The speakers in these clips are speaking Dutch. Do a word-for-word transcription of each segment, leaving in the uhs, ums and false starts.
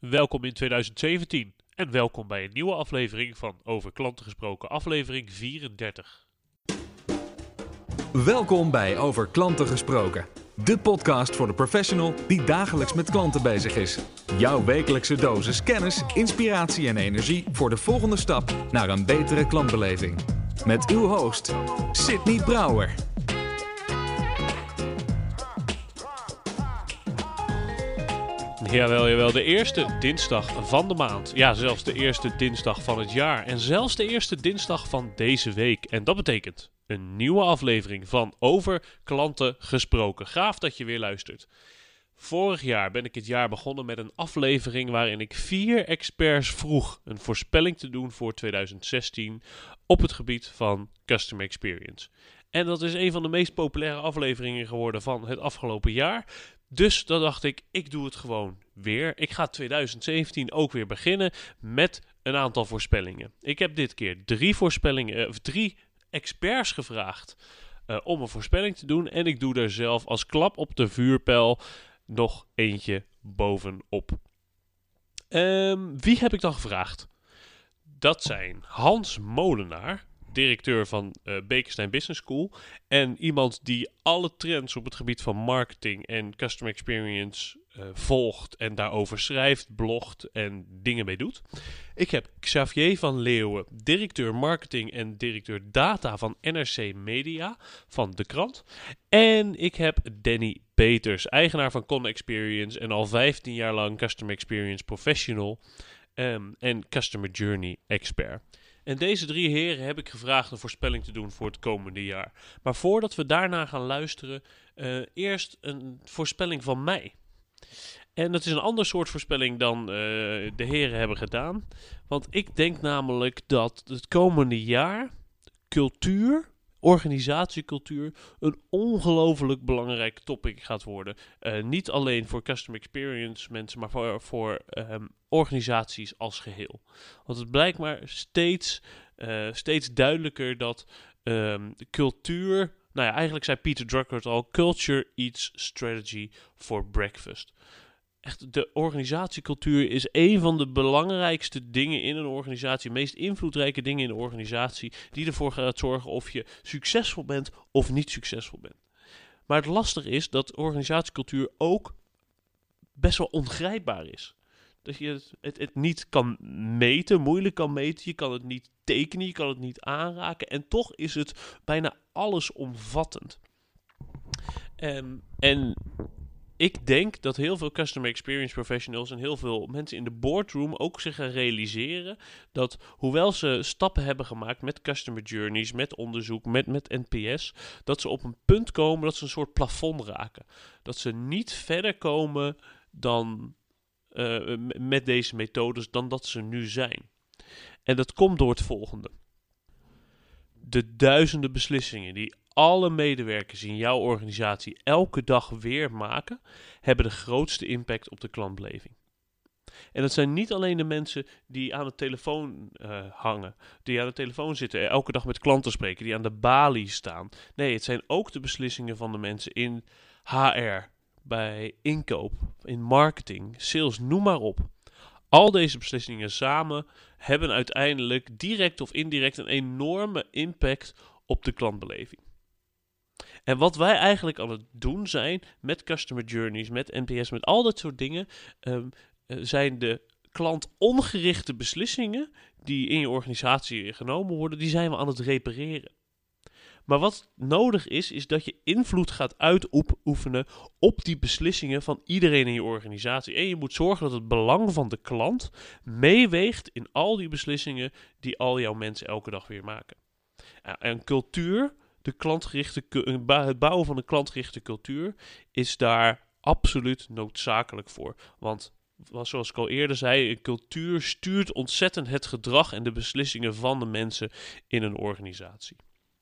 Welkom in tweeduizend zeventien en welkom bij een nieuwe aflevering van Over Klanten Gesproken, aflevering vierendertig. Welkom bij Over Klanten Gesproken, de podcast voor de professional die dagelijks met klanten bezig is. Jouw wekelijkse dosis kennis, inspiratie en energie voor de volgende stap naar een betere klantbeleving. Met uw host, Sidney Brouwer. Jawel, jawel, de eerste dinsdag van de maand. Ja, zelfs de eerste dinsdag van het jaar. En zelfs de eerste dinsdag van deze week. En dat betekent een nieuwe aflevering van Over Klanten Gesproken. Gaaf dat je weer luistert. Vorig jaar ben ik het jaar begonnen met een aflevering waarin ik vier experts vroeg een voorspelling te doen voor tweeduizend zestien op het gebied van Customer Experience. En dat is een van de meest populaire afleveringen geworden van het afgelopen jaar. Dus dan dacht ik, ik doe het gewoon weer. Ik ga tweeduizend zeventien ook weer beginnen met een aantal voorspellingen. Ik heb dit keer drie voorspellingen, of drie experts gevraagd uh, om een voorspelling te doen. En ik doe er zelf als klap op de vuurpijl nog eentje bovenop. Um, wie heb ik dan gevraagd? Dat zijn Hans Molenaar, directeur van uh, Bekenstein Business School. En iemand die alle trends op het gebied van marketing en customer experience uh, volgt en daarover schrijft, blogt en dingen mee doet. Ik heb Xavier van Leeuwen, directeur marketing en directeur data van N R C Media van De Krant. En ik heb Danny Peters, eigenaar van Con Experience en al vijftien jaar lang customer experience professional um, en customer journey expert. En deze drie heren heb ik gevraagd een voorspelling te doen voor het komende jaar. Maar voordat we daarna gaan luisteren, uh, eerst een voorspelling van mij. En dat is een ander soort voorspelling dan uh, de heren hebben gedaan. Want ik denk namelijk dat het komende jaar cultuur, organisatiecultuur, een ongelooflijk belangrijk topic gaat worden. Uh, niet alleen voor customer experience mensen, maar voor, voor um, organisaties als geheel. Want het blijkt maar steeds, uh, steeds duidelijker dat um, cultuur... Nou ja, eigenlijk zei Peter Drucker het al, culture eats strategy for breakfast. Echt, de organisatiecultuur is een van de belangrijkste dingen in een organisatie, de meest invloedrijke dingen in de organisatie, die ervoor gaat zorgen of je succesvol bent of niet succesvol bent. Maar het lastige is dat organisatiecultuur ook best wel ongrijpbaar is. Dat je het, het, het niet kan meten, moeilijk kan meten, je kan het niet tekenen, je kan het niet aanraken en toch is het bijna allesomvattend. Um, en... Ik denk dat heel veel customer experience professionals en heel veel mensen in de boardroom ook zich gaan realiseren dat hoewel ze stappen hebben gemaakt met customer journeys, met onderzoek, met, met N P S, dat ze op een punt komen dat ze een soort plafond raken. Dat ze niet verder komen dan uh, met deze methodes dan dat ze nu zijn. En dat komt door het volgende. De duizenden beslissingen die alle medewerkers in jouw organisatie elke dag weer maken, hebben de grootste impact op de klantbeleving. En dat zijn niet alleen de mensen die aan de telefoon uh, hangen, die aan de telefoon zitten, elke dag met klanten spreken, die aan de balie staan. Nee, het zijn ook de beslissingen van de mensen in H R, bij inkoop, in marketing, sales, noem maar op. Al deze beslissingen samen hebben uiteindelijk direct of indirect een enorme impact op de klantbeleving. En wat wij eigenlijk aan het doen zijn met customer journeys, met N P S, met al dat soort dingen, um, uh, zijn de klantongerichte beslissingen die in je organisatie genomen worden, die zijn we aan het repareren. Maar wat nodig is, is dat je invloed gaat uitoefenen op die beslissingen van iedereen in je organisatie. En je moet zorgen dat het belang van de klant meeweegt in al die beslissingen die al jouw mensen elke dag weer maken. En cultuur, de klantgerichte, het bouwen van een klantgerichte cultuur, is daar absoluut noodzakelijk voor. Want zoals ik al eerder zei, een cultuur stuurt ontzettend het gedrag en de beslissingen van de mensen in een organisatie.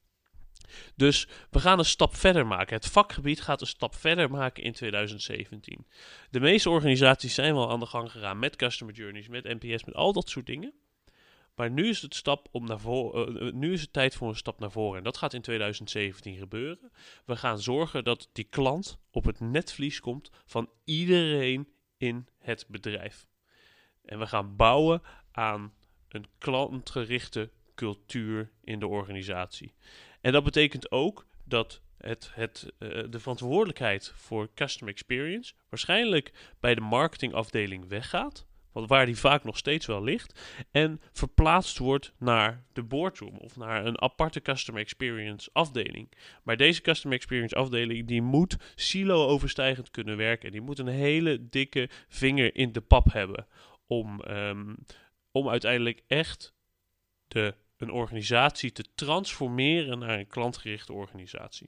Dus we gaan een stap verder maken. Het vakgebied gaat een stap verder maken in tweeduizend zeventien. De meeste organisaties zijn wel aan de gang gegaan met customer journeys, met N P S, met al dat soort dingen. Maar nu is het, stap om naar voren, uh, nu is het tijd voor een stap naar voren. En dat gaat in tweeduizend zeventien gebeuren. We gaan zorgen dat die klant op het netvlies komt van iedereen in het bedrijf. En we gaan bouwen aan een klantgerichte cultuur in de organisatie. En dat betekent ook dat het, het, uh, de verantwoordelijkheid voor customer experience waarschijnlijk bij de marketingafdeling weggaat, want waar die vaak nog steeds wel ligt, en verplaatst wordt naar de boardroom of naar een aparte customer experience afdeling. Maar deze customer experience afdeling die moet silo-overstijgend kunnen werken. Die moet een hele dikke vinger in de pap hebben om, um, om uiteindelijk echt de, een organisatie te transformeren naar een klantgerichte organisatie.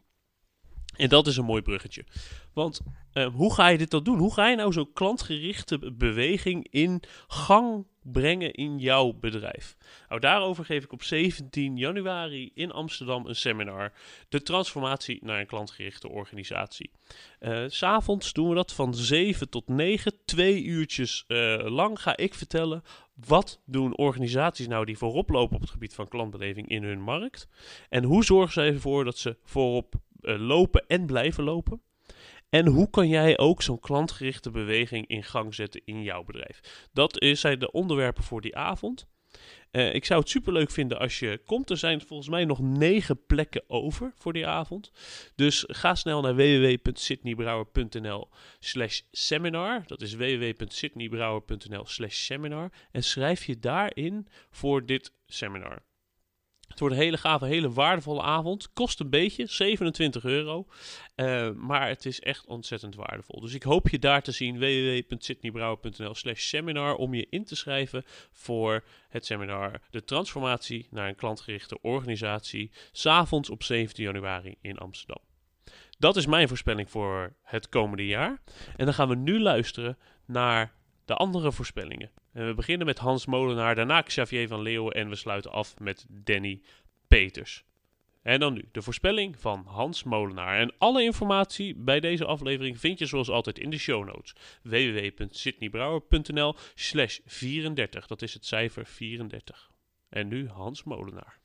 En dat is een mooi bruggetje. Want uh, hoe ga je dit dan doen? Hoe ga je nou zo'n klantgerichte beweging in gang brengen in jouw bedrijf? Nou, daarover geef ik op zeventien januari in Amsterdam een seminar. De transformatie naar een klantgerichte organisatie. Uh, 's avonds doen we dat van zeven tot negen. Twee uurtjes uh, lang ga ik vertellen. Wat doen organisaties nou die voorop lopen op het gebied van klantbeleving in hun markt? En hoe zorgen ze ervoor dat ze voorop uh, lopen en blijven lopen? En hoe kan jij ook zo'n klantgerichte beweging in gang zetten in jouw bedrijf? Dat is, zijn de onderwerpen voor die avond. Uh, ik zou het superleuk vinden als je komt. Er zijn volgens mij nog negen plekken over voor die avond. Dus ga snel naar w w w punt sydneybrouwer punt n l slash seminar. Dat is w w w punt sydneybrouwer punt n l slash seminar. En schrijf je daarin voor dit seminar. Het wordt een hele gave, hele waardevolle avond. Kost een beetje, zevenentwintig euro. Uh, maar het is echt ontzettend waardevol. Dus ik hoop je daar te zien. w w w punt sydneybrouwer punt n l slash seminar om je in te schrijven voor het seminar De transformatie naar een klantgerichte organisatie. 's Avonds op zeventien januari in Amsterdam. Dat is mijn voorspelling voor het komende jaar. En dan gaan we nu luisteren naar de andere voorspellingen. En we beginnen met Hans Molenaar, daarna Xavier van Leeuwen en we sluiten af met Danny Peters. En dan nu de voorspelling van Hans Molenaar. En alle informatie bij deze aflevering vind je zoals altijd in de show notes. w w w punt sydneybrouwer punt n l slash vierendertig. Dat is het cijfer vierendertig. En nu Hans Molenaar.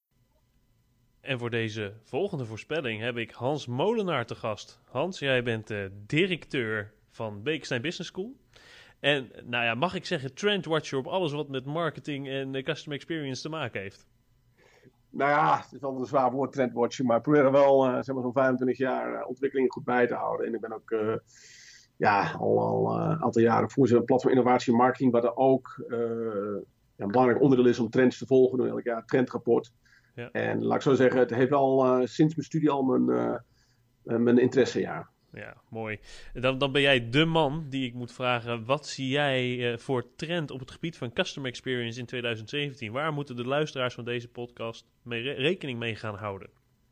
En voor deze volgende voorspelling heb ik Hans Molenaar te gast. Hans, jij bent de directeur van Bekenstein Business School. En nou ja, mag ik zeggen trendwatcher op alles wat met marketing en uh, customer experience te maken heeft? Nou ja, het is wel een zwaar woord, trendwatcher, maar ik probeer er wel uh, zeg maar zo'n vijfentwintig jaar uh, ontwikkelingen goed bij te houden. En ik ben ook uh, ja, al, al uh, een aantal jaren voorzitter van Platform Innovatie en Marketing, waar er ook uh, ja, een belangrijk onderdeel is om trends te volgen door elk jaar een trendrapport. Ja. En laat ik zo zeggen, het heeft al uh, sinds mijn studie al mijn, uh, uh, mijn interesse, ja. Ja, mooi. Dan, dan ben jij de man die ik moet vragen, wat zie jij uh, voor trend op het gebied van customer experience in twintig zeventien? Waar moeten de luisteraars van deze podcast mee re- rekening mee gaan houden?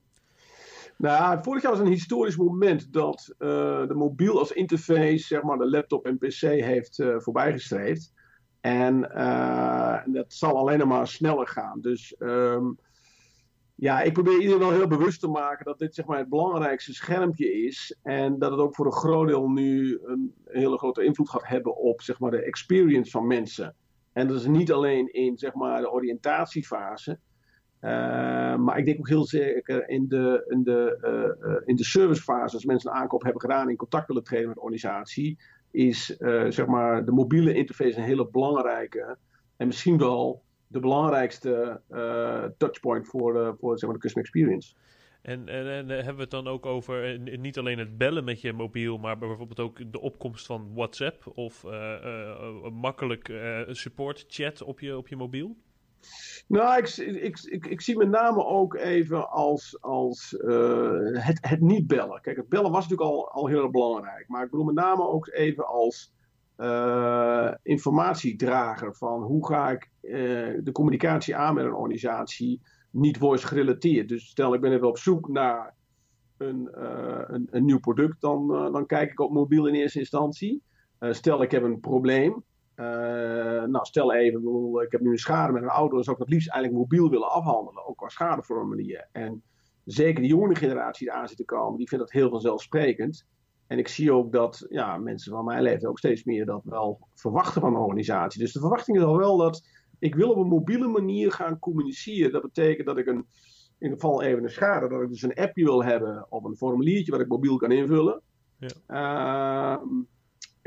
Nou, vorig jaar was een historisch moment dat uh, de mobiel als interface, zeg maar de laptop en pc, heeft uh, voorbijgestreefd. En uh, dat zal alleen nog maar sneller gaan. Dus um, ja, ik probeer iedereen wel heel bewust te maken dat dit zeg maar het belangrijkste schermpje is. En dat het ook voor een groot deel nu een hele grote invloed gaat hebben op zeg maar de experience van mensen. En dat is niet alleen in zeg maar de oriëntatiefase. Uh, maar ik denk ook heel zeker in de, in de, uh, uh, in de servicefase, als mensen een aankoop hebben gedaan, in contact willen treden met de organisatie, is uh, zeg maar de mobiele interface een hele belangrijke en misschien wel de belangrijkste uh, touchpoint voor, uh, voor zeg maar, de customer experience. En, en, en hebben we het dan ook over uh, niet alleen het bellen met je mobiel, maar bijvoorbeeld ook de opkomst van WhatsApp of uh, uh, makkelijk uh, support chat op je, op je mobiel? Nou, ik, ik, ik, ik zie met name ook even als, als uh, het, het niet bellen. Kijk, het bellen was natuurlijk al, al heel erg belangrijk. Maar ik bedoel met name ook even als uh, informatiedrager van hoe ga ik uh, de communicatie aan met een organisatie niet voice gerelateerd. Dus stel ik ben even op zoek naar een, uh, een, een nieuw product, dan, uh, dan kijk ik op mobiel in eerste instantie. Uh, stel ik heb een probleem. Uh, nou, stel even, bedoel, ik heb nu een schade met een auto, dan zou ik het liefst eigenlijk mobiel willen afhandelen, ook qua schadeformulier. En zeker de jonge generatie die aan zit te komen, die vindt dat heel vanzelfsprekend. En ik zie ook dat ja, mensen van mijn leeftijd ook steeds meer dat wel verwachten van een organisatie. Dus de verwachting is al wel dat ik wil op een mobiele manier gaan communiceren. Dat betekent dat ik een, in het geval even een schade, dat ik dus een appje wil hebben of een formuliertje wat ik mobiel kan invullen. Ja. Uh,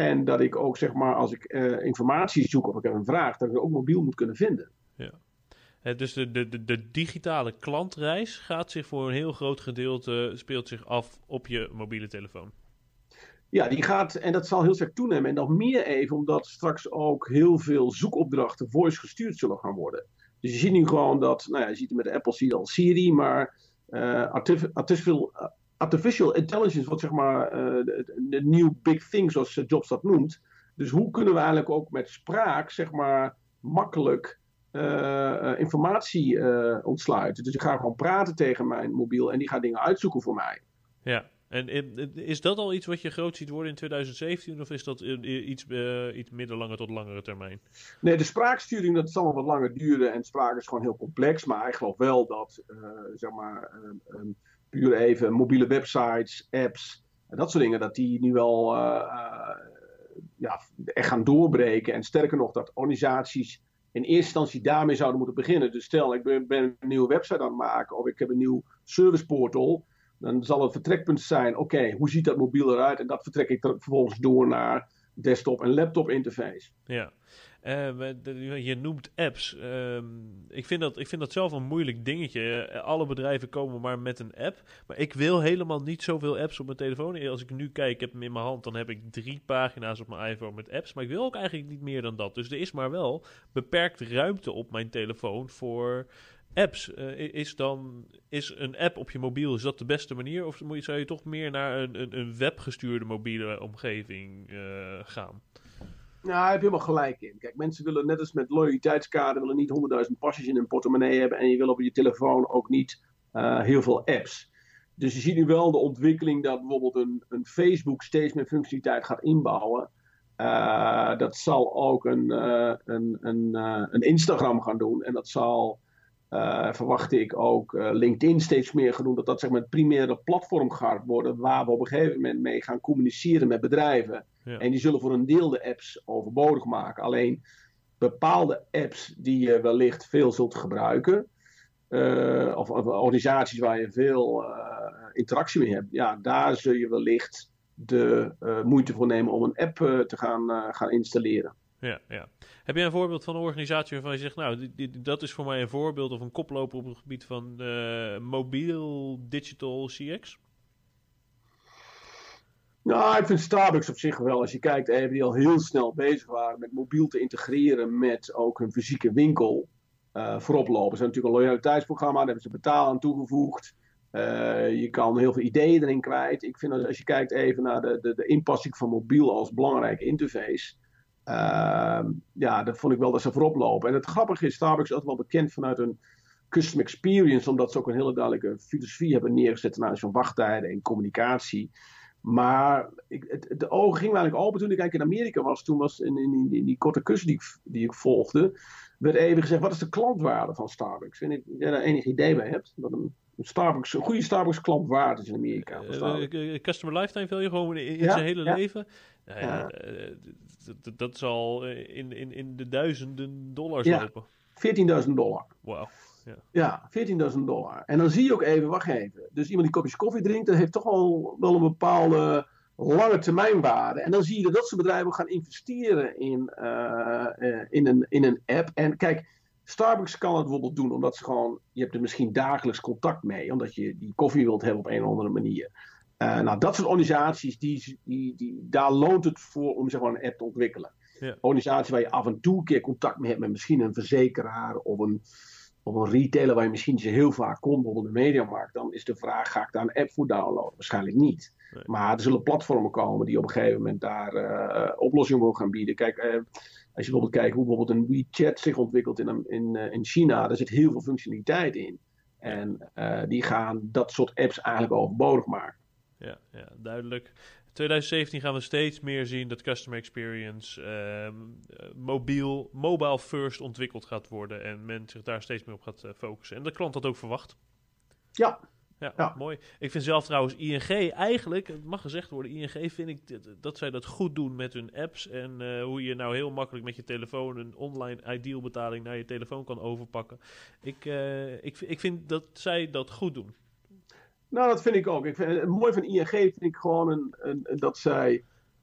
En dat ik ook, zeg maar, als ik uh, informatie zoek of ik heb een vraag, dat ik het ook mobiel moet kunnen vinden. Ja. Uh, dus de, de, de, de digitale klantreis gaat zich voor een heel groot gedeelte, speelt zich af op je mobiele telefoon. Ja, die gaat, en dat zal heel sterk toenemen. En nog meer even, omdat straks ook heel veel zoekopdrachten voice gestuurd zullen gaan worden. Dus je ziet nu gewoon dat, nou ja, je ziet het met de Apple zie je al Siri, maar uh, artif- artificial, uh, artificial intelligence wordt zeg maar uh, de, de new big thing, zoals Jobs dat noemt. Dus hoe kunnen we eigenlijk ook met spraak, zeg maar, makkelijk uh, uh, informatie uh, ontsluiten. Dus ik ga gewoon praten tegen mijn mobiel en die gaat dingen uitzoeken voor mij. Ja. En is dat al iets wat je groot ziet worden in twintig zeventien of is dat iets, uh, iets middellange tot langere termijn? Nee, de spraaksturing dat zal nog wat langer duren en spraak is gewoon heel complex. Maar ik geloof wel dat, uh, zeg maar, uh, um, puur even mobiele websites, apps en dat soort dingen, dat die nu wel uh, uh, ja, echt gaan doorbreken. En sterker nog, dat organisaties in eerste instantie daarmee zouden moeten beginnen. Dus stel, ik ben, ben een nieuwe website aan het maken of ik heb een nieuw service portal. Dan zal het vertrekpunt zijn, oké, okay, hoe ziet dat mobiel eruit? En dat vertrek ik vervolgens door naar desktop- en laptop interface. Ja, uh, je noemt apps. Uh, ik, vind dat, ik vind dat zelf een moeilijk dingetje. Uh, alle bedrijven komen maar met een app. Maar ik wil helemaal niet zoveel apps op mijn telefoon. Als ik nu kijk, ik heb hem in mijn hand, dan heb ik drie pagina's op mijn iPhone met apps. Maar ik wil ook eigenlijk niet meer dan dat. Dus er is maar wel beperkt ruimte op mijn telefoon voor apps. Uh, is dan is een app op je mobiel, is dat de beste manier? Of moet je, zou je toch meer naar een, een, een webgestuurde mobiele omgeving uh, gaan? Ja, daar heb je helemaal gelijk in. Kijk, mensen willen net als met loyaliteitskaarten willen niet honderdduizend pasjes in hun portemonnee hebben en je wil op je telefoon ook niet uh, heel veel apps. Dus je ziet nu wel de ontwikkeling dat bijvoorbeeld een, een Facebook steeds meer functionaliteit gaat inbouwen. Uh, dat zal ook een, uh, een, een, uh, een Instagram gaan doen en dat zal Uh, verwacht ik ook uh, LinkedIn steeds meer gaan doen. Dat dat zeg maar het primaire platform gaat worden waar we op een gegeven moment mee gaan communiceren met bedrijven. Ja. En die zullen voor een deel de apps overbodig maken. Alleen bepaalde apps die je wellicht veel zult gebruiken. Uh, of, of organisaties waar je veel uh, interactie mee hebt. Ja, daar zul je wellicht de uh, moeite voor nemen om een app uh, te gaan, uh, gaan installeren. Ja, ja. Heb jij een voorbeeld van een organisatie waarvan je zegt, nou, die, die, dat is voor mij een voorbeeld of een koploper op het gebied van uh, mobiel digital C X? Nou, ik vind Starbucks op zich wel, als je kijkt, even die al heel snel bezig waren met mobiel te integreren met ook hun fysieke winkel uh, voorop lopen. Ze hebben natuurlijk een loyaliteitsprogramma, daar hebben ze betaal aan toegevoegd. Uh, je kan heel veel ideeën erin kwijt. Ik vind dat als je kijkt even naar de, de, de inpassing van mobiel als belangrijke interface. Uh, ja, dat vond ik wel dat ze voorop lopen. En het grappige is, Starbucks is altijd wel bekend vanuit een custom experience, omdat ze ook een hele duidelijke filosofie hebben neergezet ten aanzien van wachttijden en communicatie. Maar ik, het, de ogen gingen eigenlijk open toen ik eigenlijk in Amerika was. Toen was in, in, in die korte cursus die ik, die ik volgde, werd even gezegd, wat is de klantwaarde van Starbucks? En ik, jij daar enig idee bij hebt? Dat een, een, Starbucks, een goede Starbucks klantwaarde is in Amerika. Uh, uh, customer lifetime value, gewoon in, in ja, zijn hele ja. leven. Nou ja, ja. Uh, dat, dat zal in, in, in de duizenden dollars ja. lopen. veertienduizend dollar. Wauw. Ja, ja veertienduizend dollar. En dan zie je ook even, wacht even. Dus iemand die kopjes koffie drinkt, dat heeft toch al wel een bepaalde lange termijnwaarde. En dan zie je dat dat soort bedrijven gaan investeren in, uh, uh, in, een, in een app. En kijk, Starbucks kan het bijvoorbeeld doen, omdat ze gewoon, je hebt er misschien dagelijks contact mee, omdat je die koffie wilt hebben op een of andere manier. Uh, nou, dat soort organisaties, die, die, die, daar loont het voor om zeg maar, een app te ontwikkelen. Ja. Organisaties waar je af en toe een keer contact mee hebt met misschien een verzekeraar of een, of een retailer waar je misschien niet zo heel vaak komt, bijvoorbeeld de Mediamarkt, dan is de vraag, ga ik daar een app voor downloaden? Waarschijnlijk niet. Nee. Maar er zullen platformen komen die op een gegeven moment daar uh, oplossingen voor gaan bieden. Kijk, uh, als je bijvoorbeeld kijkt hoe bijvoorbeeld een WeChat zich ontwikkelt in, in, uh, in China, daar zit heel veel functionaliteit in. En uh, die gaan dat soort apps eigenlijk overbodig maken. Ja, ja, duidelijk. twintig zeventien gaan we steeds meer zien dat customer experience uh, mobiel, mobile first ontwikkeld gaat worden en men zich daar steeds meer op gaat uh, focussen. En de klant dat ook verwacht. Ja. Ja, ja, mooi. Ik vind zelf trouwens I N G eigenlijk, het mag gezegd worden, I N G vind ik dat, dat zij dat goed doen met hun apps en uh, hoe je nou heel makkelijk met je telefoon een online ideal betaling naar je telefoon kan overpakken. Ik, uh, ik, ik vind dat zij dat goed doen. Nou, dat vind ik ook. Ik vind, het mooie van I N G vind ik gewoon een, een, dat zij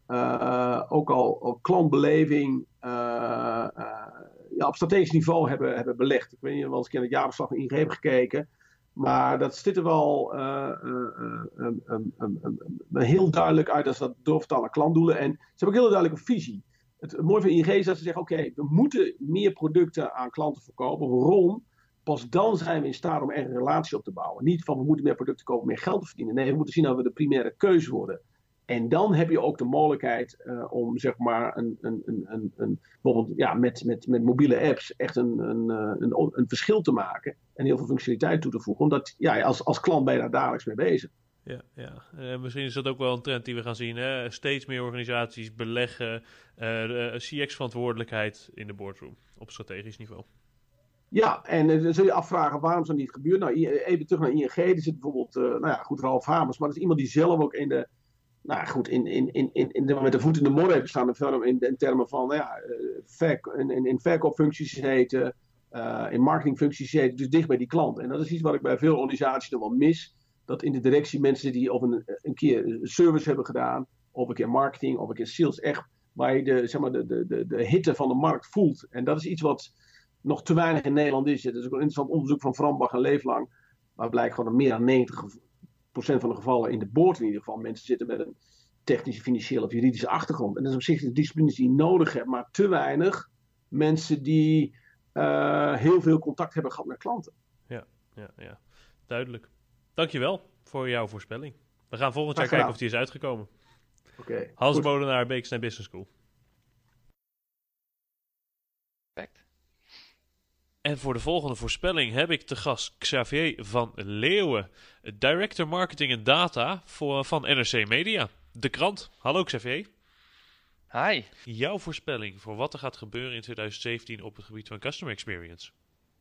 uh, ook al, al klantbeleving uh, uh, ja, op strategisch niveau hebben, hebben belegd. Ik weet niet of je wel eens in het jaarverslag van I N G hebt gekeken. Maar dat zit er wel uh, uh, uh, um, um, um, um, um, heel duidelijk uit als dat doorvertalen klantdoelen. En ze hebben ook een hele duidelijke visie. Het, het mooie van I N G is dat ze zeggen, oké, okay, we moeten meer producten aan klanten verkopen. Waarom? Pas dan zijn we in staat om er een relatie op te bouwen. Niet van we moeten meer producten kopen om meer geld te verdienen. Nee, we moeten zien dat we de primaire keuze worden. En dan heb je ook de mogelijkheid uh, om zeg maar een, een, een, een, een, bijvoorbeeld ja, met, met, met mobiele apps echt een, een, een, een verschil te maken. En heel veel functionaliteit toe te voegen. Omdat ja, als, als klant ben je daar dagelijks mee bezig. Ja, ja. Uh, misschien is dat ook wel een trend die we gaan zien. Hè? Steeds meer organisaties beleggen uh, de C X-verantwoordelijkheid in de boardroom op strategisch niveau. Ja, en uh, dan zul je afvragen waarom is dat niet gebeurd. Nou, even terug naar I N G. Er zit bijvoorbeeld, uh, nou ja, goed, Ralf Hamers. Maar dat is iemand die zelf ook in de, nou goed, in, in, in, in, in de, met de voet in de modder heeft staan. In, in termen van, nou ja, uh, verk, in, in, in verkoopfuncties zitten, uh, in marketingfuncties zitten. Dus dicht bij die klant. En dat is iets wat ik bij veel organisaties nog wel mis. Dat in de directie mensen die of een, een keer service hebben gedaan, of een keer marketing, of een keer sales, echt waar je de, zeg maar, de, de, de, de hitte van de markt voelt. En dat is iets wat nog te weinig in Nederland is. Het is ook een interessant onderzoek van Vrambach en Leeflang, waar blijkt gewoon dat meer dan negentig procent van de gevallen in de board in ieder geval mensen zitten met een technische, financiële of juridische achtergrond. En dat is op zich de disciplines die je nodig hebt, maar te weinig mensen die uh, heel veel contact hebben gehad met klanten. Ja, ja, ja. Duidelijk. Dankjewel voor jouw voorspelling. We gaan volgend jaar kijken of die is uitgekomen. Okay, Hans goed. Molenaar, Beeksnij Business School. Perfect. En voor de volgende voorspelling heb ik te gast Xavier van Leeuwen, Director Marketing en Data voor, van N R C Media, de krant. Hallo Xavier. Hi. Jouw voorspelling voor wat er gaat gebeuren in twintig zeventien op het gebied van Customer Experience.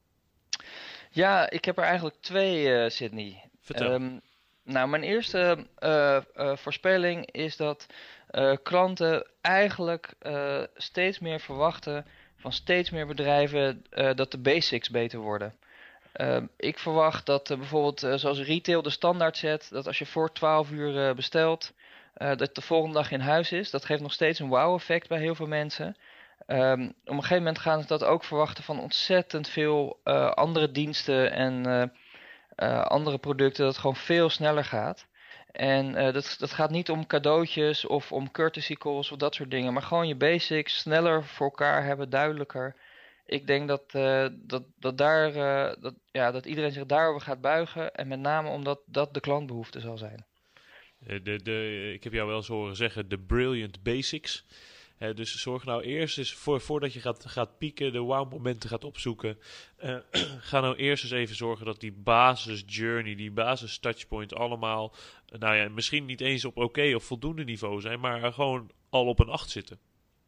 Ja, ik heb er eigenlijk twee, uh, Sydney. Vertel. Um, nou, mijn eerste uh, uh, voorspelling is dat uh, klanten eigenlijk uh, steeds meer verwachten van steeds meer bedrijven uh, dat de basics beter worden. Uh, ik verwacht dat uh, bijvoorbeeld uh, zoals retail de standaard zet, dat als je voor twaalf uur uh, bestelt, uh, dat de volgende dag in huis is. Dat geeft nog steeds een wow-effect bij heel veel mensen. Um, op een gegeven moment gaan ze dat ook verwachten van ontzettend veel uh, andere diensten en uh, uh, andere producten, dat het gewoon veel sneller gaat. En uh, dat, dat gaat niet om cadeautjes of om courtesy calls of dat soort dingen, maar gewoon je basics sneller voor elkaar hebben, duidelijker. Ik denk dat, uh, dat, dat, daar, uh, dat, ja, dat iedereen zich daarover gaat buigen en met name omdat dat de klantbehoefte zal zijn. De, de, ik heb jou wel eens horen zeggen, de brilliant basics. Uh, dus zorg nou eerst eens, voor, voordat je gaat, gaat pieken, de wow-momenten gaat opzoeken. Uh, ga nou eerst eens even zorgen dat die basis-journey, die basis-touchpoint allemaal, uh, nou ja, misschien niet eens op oké okay of voldoende niveau zijn, maar uh, gewoon al op een acht zitten.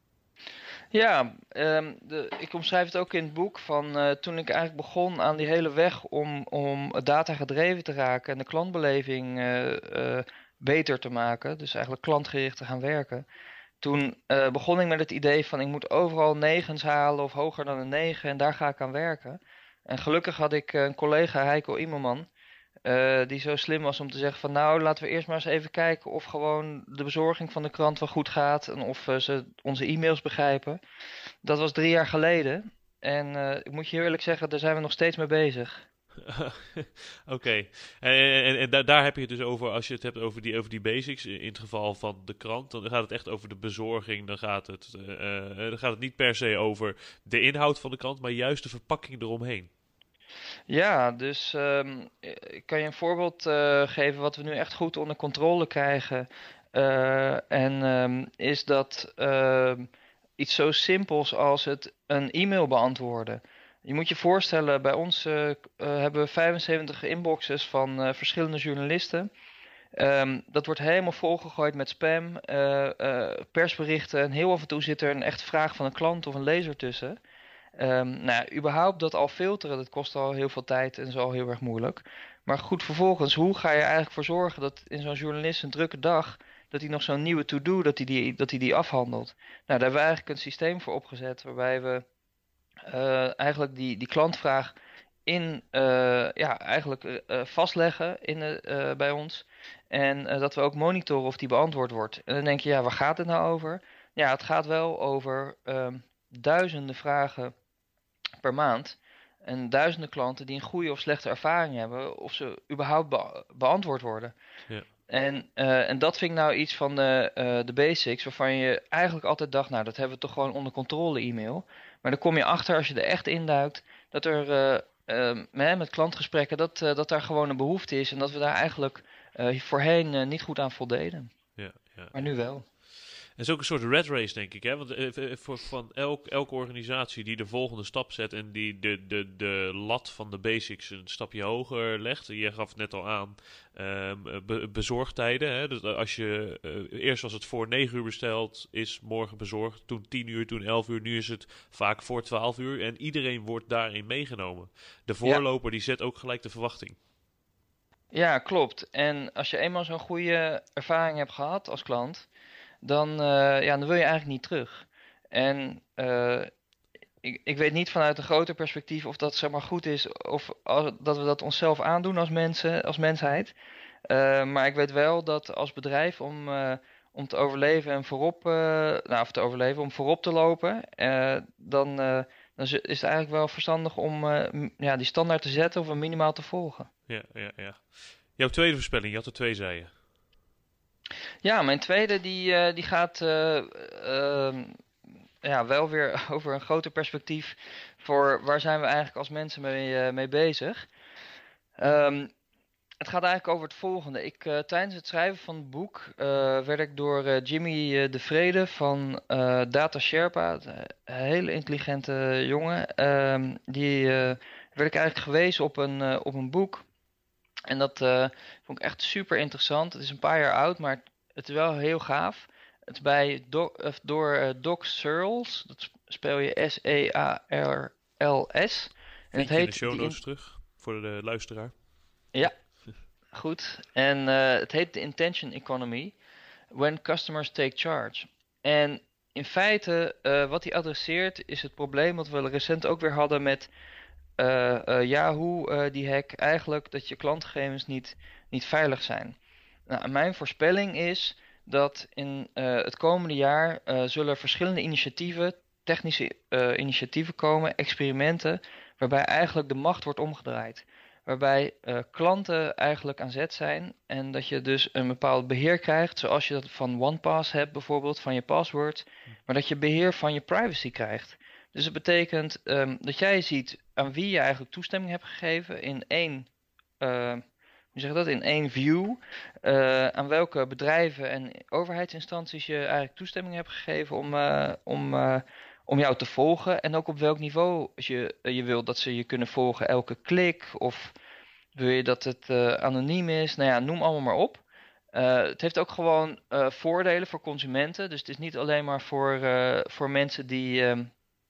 Ja, um, de, ik omschrijf het ook in het boek van uh, toen ik eigenlijk begon aan die hele weg om, om data gedreven te raken en de klantbeleving uh, uh, beter te maken, dus eigenlijk klantgericht te gaan werken. Toen uh, begon ik met het idee van ik moet overal negens halen of hoger dan een negen en daar ga ik aan werken. En gelukkig had ik uh, een collega, Heiko Immerman, uh, die zo slim was om te zeggen van nou laten we eerst maar eens even kijken of gewoon de bezorging van de krant wel goed gaat en of uh, ze onze e-mails begrijpen. Dat was drie jaar geleden en uh, ik moet je heel eerlijk zeggen, daar zijn we nog steeds mee bezig. Oké, okay. en, en, en daar, daar heb je het dus over, als je het hebt over die, over die basics, in het geval van de krant, dan gaat het echt over de bezorging, dan gaat het, uh, uh, dan gaat het niet per se over de inhoud van de krant, maar juist de verpakking eromheen. Ja, dus um, ik kan je een voorbeeld uh, geven wat we nu echt goed onder controle krijgen. Uh, en um, is dat uh, iets zo simpels als het een e-mail beantwoorden. Je moet je voorstellen, bij ons uh, uh, hebben we vijfenzeventig inboxes van uh, verschillende journalisten. Um, dat wordt helemaal volgegooid met spam, uh, uh, persberichten en heel af en toe zit er een echt vraag van een klant of een lezer tussen. Um, nou, überhaupt dat al filteren, dat kost al heel veel tijd en is al heel erg moeilijk. Maar goed, vervolgens, hoe ga je eigenlijk voor zorgen dat in zo'n journalist een drukke dag, dat hij nog zo'n nieuwe to-do, dat hij die, dat hij die afhandelt? Nou, daar hebben we eigenlijk een systeem voor opgezet waarbij we uh, eigenlijk die, die klantvraag in, uh, ja, eigenlijk uh, vastleggen in, uh, bij ons. En uh, dat we ook monitoren of die beantwoord wordt. En dan denk je, ja, waar gaat het nou over? Ja, het gaat wel over um, duizenden vragen per maand. En duizenden klanten die een goede of slechte ervaring hebben, of ze überhaupt be- beantwoord worden. Ja. En, uh, en dat vind ik nou iets van de, uh, de basics, waarvan je eigenlijk altijd dacht, nou, dat hebben we toch gewoon onder controle e-mail. Maar dan kom je achter, als je er echt induikt, dat er uh, uh, met, met klantgesprekken, dat, uh, dat daar gewoon een behoefte is. En dat we daar eigenlijk uh, voorheen uh, niet goed aan voldeden. Ja, ja. Maar nu wel. Het is ook een soort red race, denk ik. Hè? Want uh, voor, van elk, elke organisatie die de volgende stap zet en die de, de, de lat van de basics een stapje hoger legt. Je gaf het net al aan, um, be, bezorgtijden. Hè? Dus als je, uh, eerst was het voor negen uur besteld, is morgen bezorgd. Toen tien uur, toen elf uur. Nu is het vaak voor twaalf uur. En iedereen wordt daarin meegenomen. De voorloper ja. die zet ook gelijk de verwachting. Ja, klopt. En als je eenmaal zo'n goede ervaring hebt gehad als klant, dan, uh, ja, dan wil je eigenlijk niet terug. En uh, ik, ik weet niet vanuit een groter perspectief of dat zeg maar goed is of als, dat we dat onszelf aandoen als mensen, als mensheid. Uh, maar ik weet wel dat als bedrijf om, uh, om te overleven en voorop, uh, nou of te overleven, om voorop te lopen, uh, dan, uh, dan is het eigenlijk wel verstandig om uh, m- ja, die standaard te zetten of hem minimaal te volgen. Ja, ja, ja. Jouw tweede voorspelling, je had er twee, zei je. Ja, mijn tweede die, uh, die gaat uh, uh, ja, wel weer over een groter perspectief voor waar zijn we eigenlijk als mensen mee, uh, mee bezig. Um, het gaat eigenlijk over het volgende. Ik, uh, tijdens het schrijven van het boek uh, werd ik door uh, Jimmy uh, de Vrede van uh, Data Sherpa, een hele intelligente jongen, um, die uh, werd ik eigenlijk gewezen op een, uh, op een boek. En dat uh, vond ik echt super interessant. Het is een paar jaar oud, maar het is wel heel gaaf. Het is bij Do- of door uh, Doc Searls. Dat spel je S E A R L S. En het heet in de show notes in... terug voor de luisteraar. Ja, goed. En uh, het heet The Intention Economy. When Customers Take Charge. En in feite, uh, wat hij adresseert, is het probleem wat we recent ook weer hadden met uh, uh, Yahoo, uh, die hack. Eigenlijk dat je klantgegevens niet, niet veilig zijn. Nou, mijn voorspelling is dat in uh, het komende jaar uh, zullen verschillende initiatieven, technische uh, initiatieven komen, experimenten, waarbij eigenlijk de macht wordt omgedraaid. Waarbij uh, klanten eigenlijk aan zet zijn en dat je dus een bepaald beheer krijgt, zoals je dat van OnePass hebt bijvoorbeeld, van je password, maar dat je beheer van je privacy krijgt. Dus dat betekent um, dat jij ziet aan wie je eigenlijk toestemming hebt gegeven in één uh, hoe zeg je dat, in één view, uh, aan welke bedrijven en overheidsinstanties je eigenlijk toestemming hebt gegeven om, uh, om, uh, om jou te volgen. En ook op welk niveau je, uh, je wilt dat ze je kunnen volgen, elke klik, of wil je dat het uh, anoniem is, nou ja, noem allemaal maar op. Uh, het heeft ook gewoon uh, voordelen voor consumenten, dus het is niet alleen maar voor, uh, voor mensen die... Uh,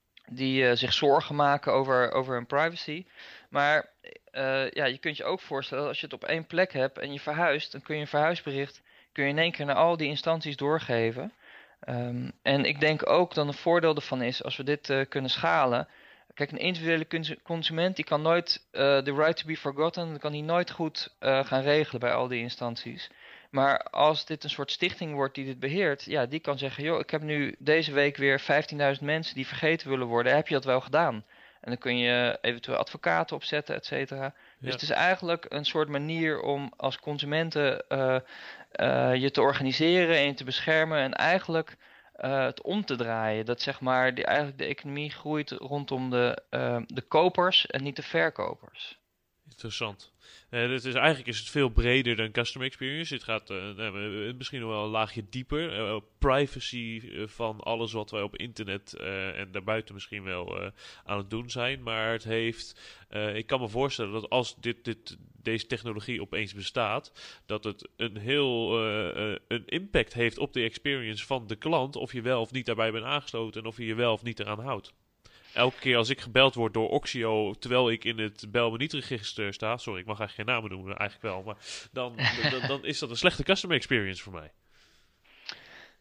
die uh, zich zorgen maken over, over hun privacy. Maar uh, ja, je kunt je ook voorstellen, als je het op één plek hebt en je verhuist, dan kun je een verhuisbericht kun je in één keer naar al die instanties doorgeven. Um, en ik denk ook dat een voordeel ervan is, als we dit uh, kunnen schalen. Kijk, een individuele consument die kan nooit uh, the right to be forgotten, dat kan hij nooit goed uh, gaan regelen bij al die instanties. Maar als dit een soort stichting wordt die dit beheert, ja, die kan zeggen, joh, ik heb nu deze week weer vijftienduizend mensen die vergeten willen worden. Heb je dat wel gedaan? En dan kun je eventueel advocaten opzetten, et cetera. Ja. Dus het is eigenlijk een soort manier om als consumenten uh, uh, je te organiseren en je te beschermen en eigenlijk uh, het om te draaien. Dat zeg maar die, eigenlijk de economie groeit rondom de, uh, de kopers en niet de verkopers. Interessant. Uh, het is, eigenlijk is het veel breder dan customer experience. Het gaat uh, misschien nog wel een laagje dieper. Uh, privacy uh, van alles wat wij op internet uh, en daarbuiten misschien wel uh, aan het doen zijn. Maar het heeft... Uh, ik kan me voorstellen dat als dit, dit, deze technologie opeens bestaat, dat het een heel uh, uh, een impact heeft op de experience van de klant. Of je wel of niet daarbij bent aangesloten en of je je wel of niet eraan houdt. Elke keer als ik gebeld word door Oxio, terwijl ik in het bel me niet register sta, sorry, ik mag eigenlijk geen namen noemen, eigenlijk wel, maar dan, dan, dan is dat een slechte customer experience voor mij.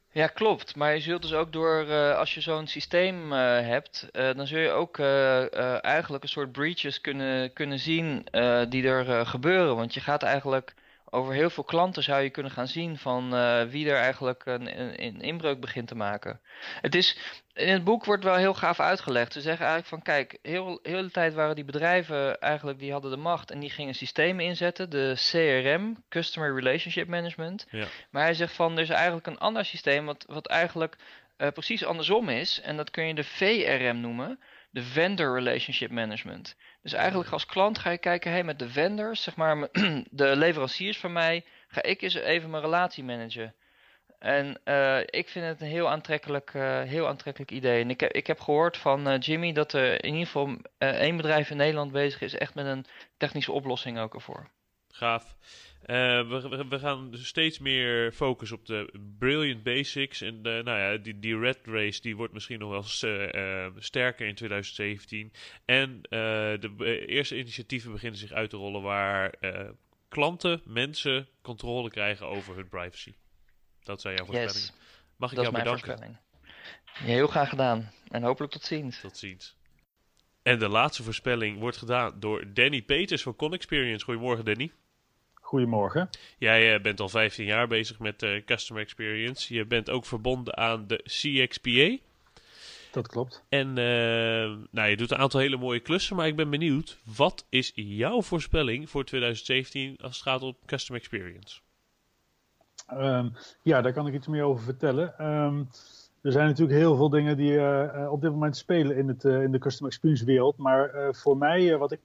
Ja, klopt. Maar je zult dus ook door, uh, als je zo'n systeem uh, hebt, uh, dan zul je ook uh, uh, eigenlijk een soort breaches kunnen, kunnen zien uh, die er uh, gebeuren. Want je gaat eigenlijk over heel veel klanten zou je kunnen gaan zien van uh, wie er eigenlijk een, een, een inbreuk begint te maken. Het is, in het boek wordt wel heel gaaf uitgelegd. Ze zeggen eigenlijk van kijk, heel, heel de tijd waren die bedrijven eigenlijk, die hadden de macht en die gingen systemen inzetten. De C R M, Customer Relationship Management. Ja. Maar hij zegt van er is eigenlijk een ander systeem wat, wat eigenlijk uh, precies andersom is. En dat kun je de V R M noemen. De Vendor Relationship Management. Dus eigenlijk als klant ga je kijken, hey, met de vendors, zeg maar de leveranciers van mij, ga ik eens even mijn relatie managen. En uh, ik vind het een heel aantrekkelijk, uh, heel aantrekkelijk idee. En ik heb, ik heb gehoord van uh, Jimmy dat er in ieder geval uh, één bedrijf in Nederland bezig is echt met een technische oplossing ook ervoor. Gaaf. Uh, we, we gaan dus steeds meer focus op de brilliant basics. En uh, nou ja, die, die red race die wordt misschien nog wel uh, uh, sterker in twintig zeventien. En uh, de uh, eerste initiatieven beginnen zich uit te rollen waar uh, klanten, mensen controle krijgen over hun privacy. Dat zijn jouw voorspellingen. Yes, Mag ik dat jou is mijn bedanken? voorspelling. Ja, heel graag gedaan. En hopelijk tot ziens. Tot ziens. En de laatste voorspelling wordt gedaan door Danny Peters van ConExperience. Goedemorgen, Danny. Goedemorgen. Jij uh, bent al vijftien jaar bezig met uh, Customer Experience. Je bent ook verbonden aan de C X P A. Dat klopt. En uh, nou, je doet een aantal hele mooie klussen, maar ik ben benieuwd. Wat is jouw voorspelling voor twintig zeventien als het gaat om Customer Experience? Um, ja, daar kan ik iets meer over vertellen. Um, er zijn natuurlijk heel veel dingen die uh, op dit moment spelen in, het, uh, in de Customer Experience wereld. Maar uh, voor mij, uh, wat ik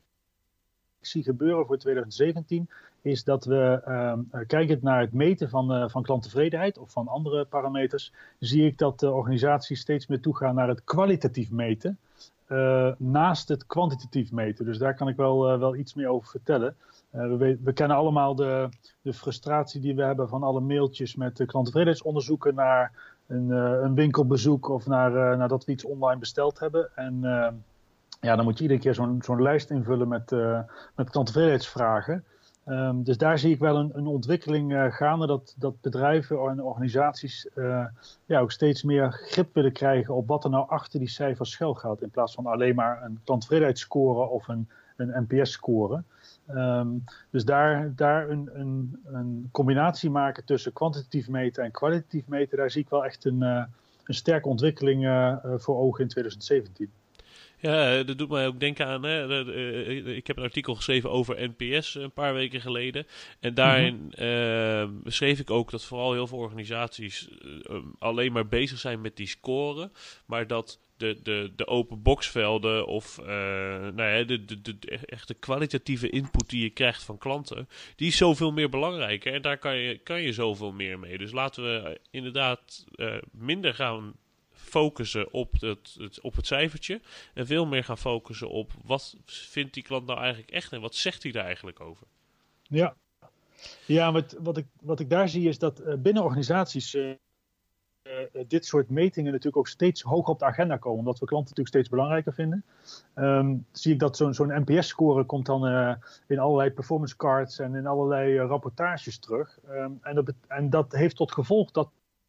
zie gebeuren voor twintig zeventien... is dat we, uh, kijkend naar het meten van, uh, van klanttevredenheid of van andere parameters, zie ik dat de organisaties steeds meer toegaan naar het kwalitatief meten, uh, naast het kwantitatief meten. Dus daar kan ik wel, uh, wel iets meer over vertellen. Uh, we, we kennen allemaal de, de frustratie die we hebben van alle mailtjes met uh, klanttevredenheidsonderzoeken naar een, uh, een winkelbezoek of naar, uh, nadat we iets online besteld hebben. En uh, ja, dan moet je iedere keer zo'n, zo'n lijst invullen met, uh, met klanttevredenheidsvragen. Um, dus daar zie ik wel een, een ontwikkeling uh, gaande dat, dat bedrijven en organisaties uh, ja, ook steeds meer grip willen krijgen op wat er nou achter die cijfers schuil gaat. In plaats van alleen maar een klanttevredenheidsscore of een, een N P S-score. Um, dus daar, daar een, een, een combinatie maken tussen kwantitatief meten en kwalitatief meten, daar zie ik wel echt een, uh, een sterke ontwikkeling uh, voor ogen in twintig zeventien. Ja, dat doet mij ook denken aan, hè, ik heb een artikel geschreven over N P S een paar weken geleden. En daarin mm-hmm. uh, beschreef ik ook dat vooral heel veel organisaties uh, alleen maar bezig zijn met die scoren. Maar dat de, de, de open boxvelden of uh, nou ja, de, de, de, de echte kwalitatieve input die je krijgt van klanten, die is zoveel meer belangrijker. En daar kan je, kan je zoveel meer mee. Dus laten we inderdaad uh, minder gaan focussen op het, het, op het cijfertje en veel meer gaan focussen op wat vindt die klant nou eigenlijk echt en wat zegt hij daar eigenlijk over. Ja, ja wat, wat, ik, wat ik daar zie is dat uh, binnen organisaties uh, uh, dit soort metingen natuurlijk ook steeds hoger op de agenda komen, omdat we klanten natuurlijk steeds belangrijker vinden. Um, zie ik dat zo'n, zo'n N P S-score komt dan uh, in allerlei performance cards en in allerlei uh, rapportages terug. Um, en, dat, en dat heeft tot gevolg dat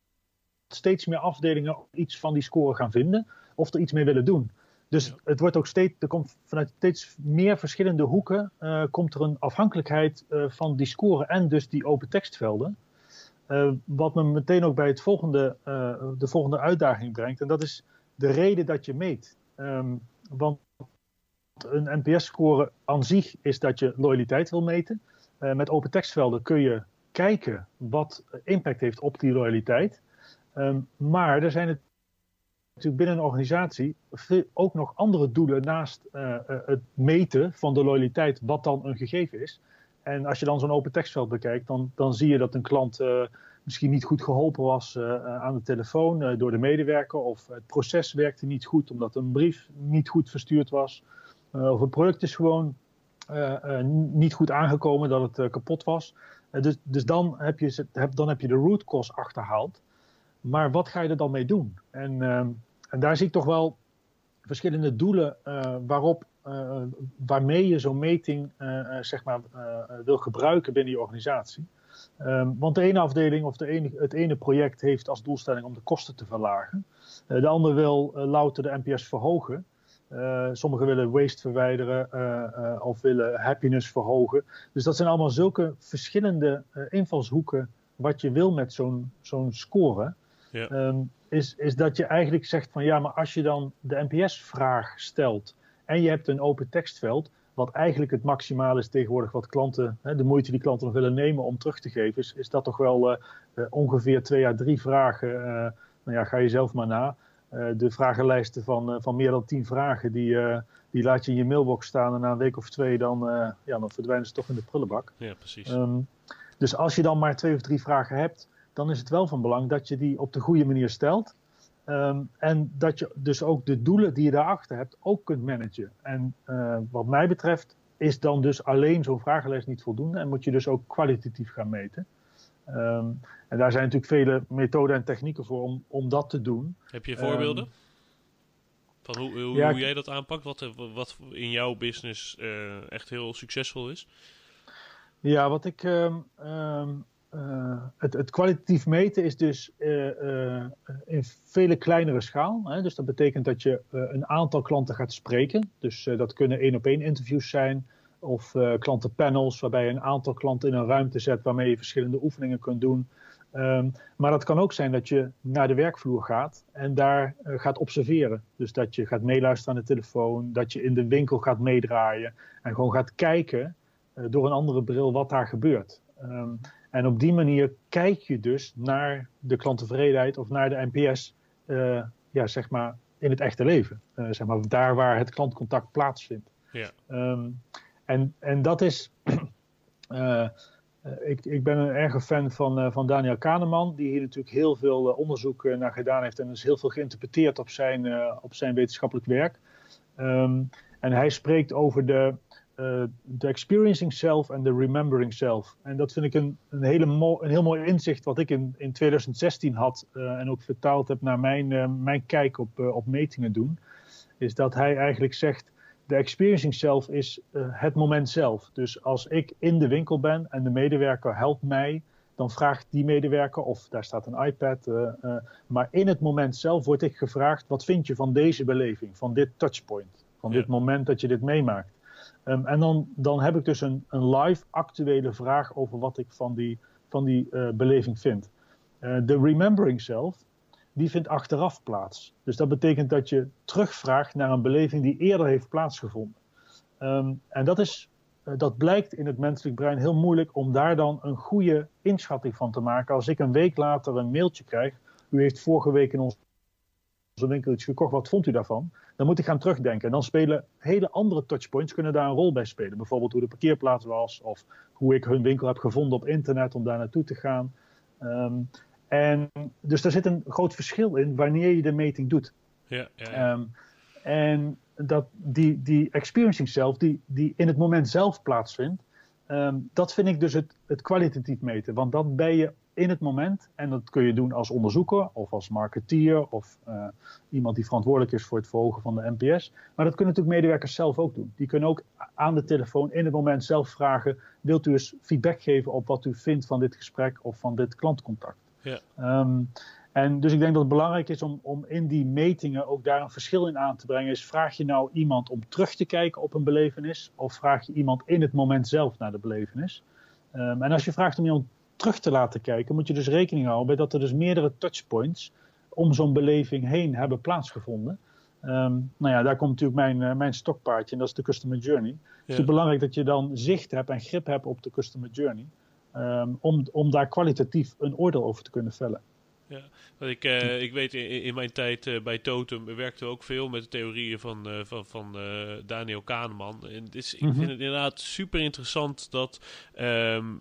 steeds meer afdelingen iets van die score gaan vinden of er iets mee willen doen. Dus ja. het wordt ook steeds, er komt vanuit steeds meer verschillende hoeken uh, komt er een afhankelijkheid uh, van die score en dus die open tekstvelden. Uh, wat me meteen ook bij het volgende, uh, de volgende uitdaging brengt. En dat is de reden dat je meet. Um, want een N P S-score aan zich is dat je loyaliteit wil meten. Uh, met open tekstvelden kun je kijken wat impact heeft op die loyaliteit. Um, maar er zijn natuurlijk binnen een organisatie ook nog andere doelen naast uh, uh, het meten van de loyaliteit, wat dan een gegeven is. En als je dan zo'n open tekstveld bekijkt, dan, dan zie je dat een klant uh, misschien niet goed geholpen was uh, aan de telefoon uh, door de medewerker, of het proces werkte niet goed omdat een brief niet goed verstuurd was, uh, of het product is gewoon uh, uh, niet goed aangekomen, dat het uh, kapot was. Uh, dus dus dan, heb je, dan heb je de root cause achterhaald. Maar wat ga je er dan mee doen? En, uh, en daar zie ik toch wel verschillende doelen uh, waarop, uh, waarmee je zo'n meting uh, uh, zeg maar, uh, wil gebruiken binnen je organisatie. Um, want de ene afdeling of de ene, het ene project heeft als doelstelling om de kosten te verlagen. Uh, de ander wil uh, louter de N P S verhogen. Uh, sommigen willen waste verwijderen uh, uh, of willen happiness verhogen. Dus dat zijn allemaal zulke verschillende uh, invalshoeken wat je wil met zo'n, zo'n score. Ja. Um, is, is dat je eigenlijk zegt van ja, maar als je dan de N P S-vraag stelt en je hebt een open tekstveld, wat eigenlijk het maximaal is tegenwoordig wat klanten, hè, de moeite die klanten nog willen nemen om terug te geven, is, is dat toch wel uh, uh, ongeveer twee à drie vragen. Uh, nou ja, ga je zelf maar na. Uh, de vragenlijsten van, uh, van meer dan tien vragen, die, uh, die laat je in je mailbox staan en na een week of twee dan, uh, ja, dan verdwijnen ze toch in de prullenbak. Ja, precies. Um, dus als je dan maar twee of drie vragen hebt, dan is het wel van belang dat je die op de goede manier stelt. Um, en dat je dus ook de doelen die je daarachter hebt ook kunt managen. En uh, wat mij betreft is dan dus alleen zo'n vragenlijst niet voldoende en moet je dus ook kwalitatief gaan meten. Um, en daar zijn natuurlijk vele methoden en technieken voor om, om dat te doen. Heb je voorbeelden? Um, van hoe, hoe, ja, hoe jij dat aanpakt? Wat, wat in jouw business uh, echt heel succesvol is? Ja, wat ik... Um, um, Uh, het, het kwalitatief meten is dus uh, uh, in vele kleinere schaal. Hè? Dus dat betekent dat je uh, een aantal klanten gaat spreken. Dus uh, dat kunnen één-op-één interviews zijn. Of uh, klantenpanels waarbij je een aantal klanten in een ruimte zet waarmee je verschillende oefeningen kunt doen. Um, maar dat kan ook zijn dat je naar de werkvloer gaat en daar uh, gaat observeren. Dus dat je gaat meeluisteren aan de telefoon. Dat je in de winkel gaat meedraaien. En gewoon gaat kijken uh, door een andere bril wat daar gebeurt. Um, En op die manier kijk je dus naar de klanttevredenheid of naar de N P S, uh, ja, zeg maar, in het echte leven. Uh, zeg maar, daar waar het klantcontact plaatsvindt. Ja. Um, en, en dat is... uh, ik, ik ben een erge fan van, uh, van Daniel Kahneman, die hier natuurlijk heel veel uh, onderzoek uh, naar gedaan heeft en dus heel veel geïnterpreteerd op zijn, uh, op zijn wetenschappelijk werk. Um, en hij spreekt over de... De uh, experiencing self en de remembering self. En dat vind ik een, een, hele mo- een heel mooi inzicht wat ik in, in twintig zestien had uh, en ook vertaald heb naar mijn, uh, mijn kijk op, uh, op metingen doen. Is dat hij eigenlijk zegt, de experiencing self is uh, het moment zelf. Dus als ik in de winkel ben en de medewerker helpt mij, dan vraagt die medewerker, of daar staat een iPad, uh, uh, maar in het moment zelf word ik gevraagd, wat vind je van deze beleving, van dit touchpoint, van ja. dit moment dat je dit meemaakt. Um, en dan, dan heb ik dus een, een live actuele vraag over wat ik van die, van die uh, beleving vind. Uh, de remembering zelf, die vindt achteraf plaats. Dus dat betekent dat je terugvraagt naar een beleving die eerder heeft plaatsgevonden. Um, en dat, is, uh, dat blijkt in het menselijk brein heel moeilijk om daar dan een goede inschatting van te maken. Als ik een week later een mailtje krijg, u heeft vorige week in ons onze winkel iets gekocht, wat vond u daarvan? Dan moet ik gaan terugdenken. En dan spelen hele andere touchpoints, kunnen daar een rol bij spelen. Bijvoorbeeld hoe de parkeerplaats was, of hoe ik hun winkel heb gevonden op internet om daar naartoe te gaan. Um, en dus daar zit een groot verschil in wanneer je de meting doet. Ja, ja, ja. Um, en dat die, die experiencing zelf, die, die in het moment zelf plaatsvindt, um, dat vind ik dus het, het kwalitatief meten. Want dan ben je in het moment, en dat kun je doen als onderzoeker of als marketeer of uh, iemand die verantwoordelijk is voor het verhogen van de N P S. Maar dat kunnen natuurlijk medewerkers zelf ook doen. Die kunnen ook aan de telefoon in het moment zelf vragen, wilt u eens feedback geven op wat u vindt van dit gesprek of van dit klantcontact. Ja. Um, en dus ik denk dat het belangrijk is om, om in die metingen ook daar een verschil in aan te brengen. Is vraag je nou iemand om terug te kijken op een belevenis of vraag je iemand in het moment zelf naar de belevenis? Um, en als je vraagt om iemand terug te laten kijken, moet je dus rekening houden bij dat er dus meerdere touchpoints om zo'n beleving heen hebben plaatsgevonden. Um, nou ja, daar komt natuurlijk mijn, uh, mijn stokpaardje en dat is de customer journey. Ja. Dus het is belangrijk dat je dan zicht hebt en grip hebt op de customer journey. Um, om, om daar kwalitatief een oordeel over te kunnen vellen. Ja, want ik, uh, ik weet in, in mijn tijd uh, bij Totem werkten we ook veel met de theorieën van, uh, van, van uh, Daniel Kahneman. En het is, mm-hmm. Ik vind het inderdaad super interessant dat um,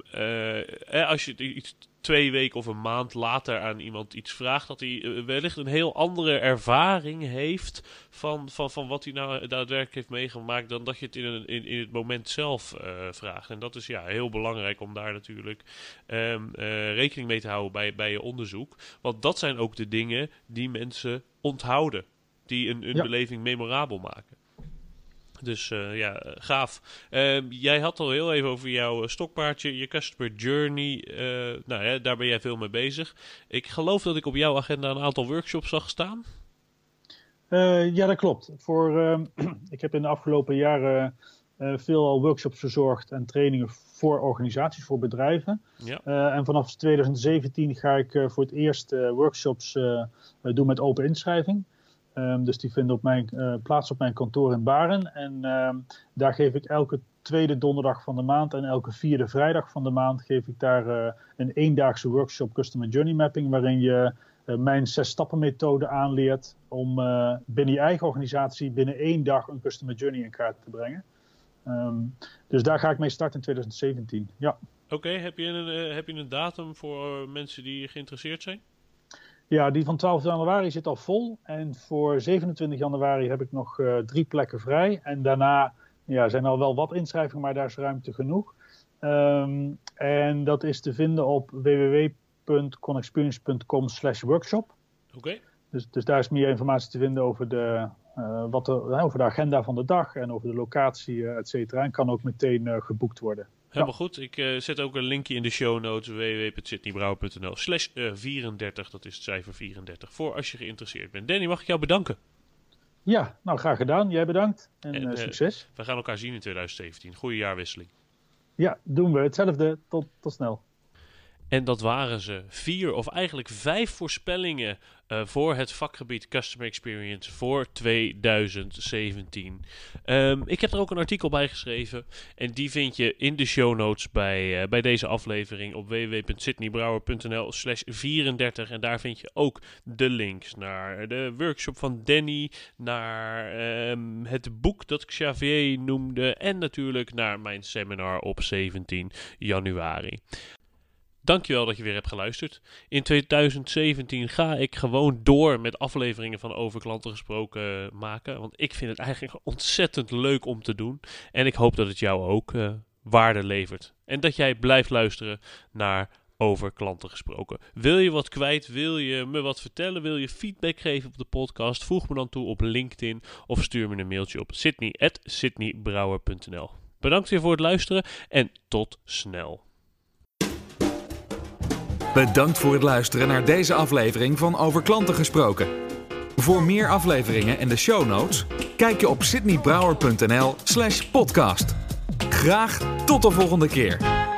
uh, als je iets twee weken of een maand later aan iemand iets vraagt, dat hij uh, wellicht een heel andere ervaring heeft van, van, van wat hij nou daadwerkelijk heeft meegemaakt dan dat je het in, een, in, in het moment zelf uh, vraagt. En dat is ja heel belangrijk om daar natuurlijk um, uh, rekening mee te houden bij, bij je onderzoek. Want dat zijn ook de dingen die mensen onthouden, die een, een ja. beleving memorabel maken. Dus uh, ja, gaaf. Uh, jij had al heel even over jouw stokpaardje, je customer journey. Uh, nou ja, daar ben jij veel mee bezig. Ik geloof dat ik op jouw agenda een aantal workshops zag staan. Uh, ja, dat klopt. Voor, uh, ik heb in de afgelopen jaren uh, veel al workshops verzorgd en trainingen voor organisaties, voor bedrijven. Ja. Uh, en vanaf twintig zeventien ga ik uh, voor het eerst uh, workshops uh, doen met open inschrijving. Um, dus die vinden op mijn, uh, plaats op mijn kantoor in Baren. En um, daar geef ik elke tweede donderdag van de maand en elke vierde vrijdag van de maand geef ik daar uh, een eendaagse workshop Customer Journey Mapping, waarin je uh, mijn zes stappen methode aanleert om uh, binnen je eigen organisatie binnen één dag een Customer Journey in kaart te brengen. Um, dus daar ga ik mee starten in twintig zeventien. Ja. Oké, okay, heb je een, uh, heb je een datum voor uh, mensen die geïnteresseerd zijn? Ja, die van twaalf januari zit al vol. En voor zevenentwintig januari heb ik nog uh, drie plekken vrij. En daarna ja, zijn al wel wat inschrijvingen, maar daar is ruimte genoeg. Um, en dat is te vinden op w w w punt conexperience punt com slash workshop. Oké. Okay. Dus, dus daar is meer informatie te vinden over de, uh, wat de, uh, over de agenda van de dag en over de locatie, uh, et cetera. En kan ook meteen uh, geboekt worden. Helemaal ja. Goed. Ik uh, zet ook een linkje in de show notes. w w w punt sydney brouwer punt n l slash vierendertig. Dat is het cijfer vierendertig. Voor als je geïnteresseerd bent. Danny, mag ik jou bedanken? Ja, nou graag gedaan. Jij bedankt. En, en uh, succes. Uh, we gaan elkaar zien in twintig zeventien. Goeie jaarwisseling. Ja, doen we. Hetzelfde. Tot, tot snel. En dat waren ze. Vier of eigenlijk vijf voorspellingen uh, voor het vakgebied Customer Experience voor twintig zeventien. Um, ik heb er ook een artikel bij geschreven. En die vind je in de show notes bij, uh, bij deze aflevering op w w w punt sydney brouwer punt n l slash vierendertig. En daar vind je ook de links naar de workshop van Danny, naar um, het boek dat Xavier noemde en natuurlijk naar mijn seminar op zeventien januari. Dankjewel dat je weer hebt geluisterd. In twintig zeventien ga ik gewoon door met afleveringen van Over Klanten Gesproken maken. Want ik vind het eigenlijk ontzettend leuk om te doen. En ik hoop dat het jou ook uh, waarde levert. En dat jij blijft luisteren naar Over Klanten Gesproken. Wil je wat kwijt? Wil je me wat vertellen? Wil je feedback geven op de podcast? Voeg me dan toe op LinkedIn of stuur me een mailtje op sydney at sydney brouwer punt n l. Bedankt weer voor het luisteren en tot snel. Bedankt voor het luisteren naar deze aflevering van Over Klanten Gesproken. Voor meer afleveringen en de show notes, kijk je op sydney brouwer punt n l slash podcast. Graag tot de volgende keer.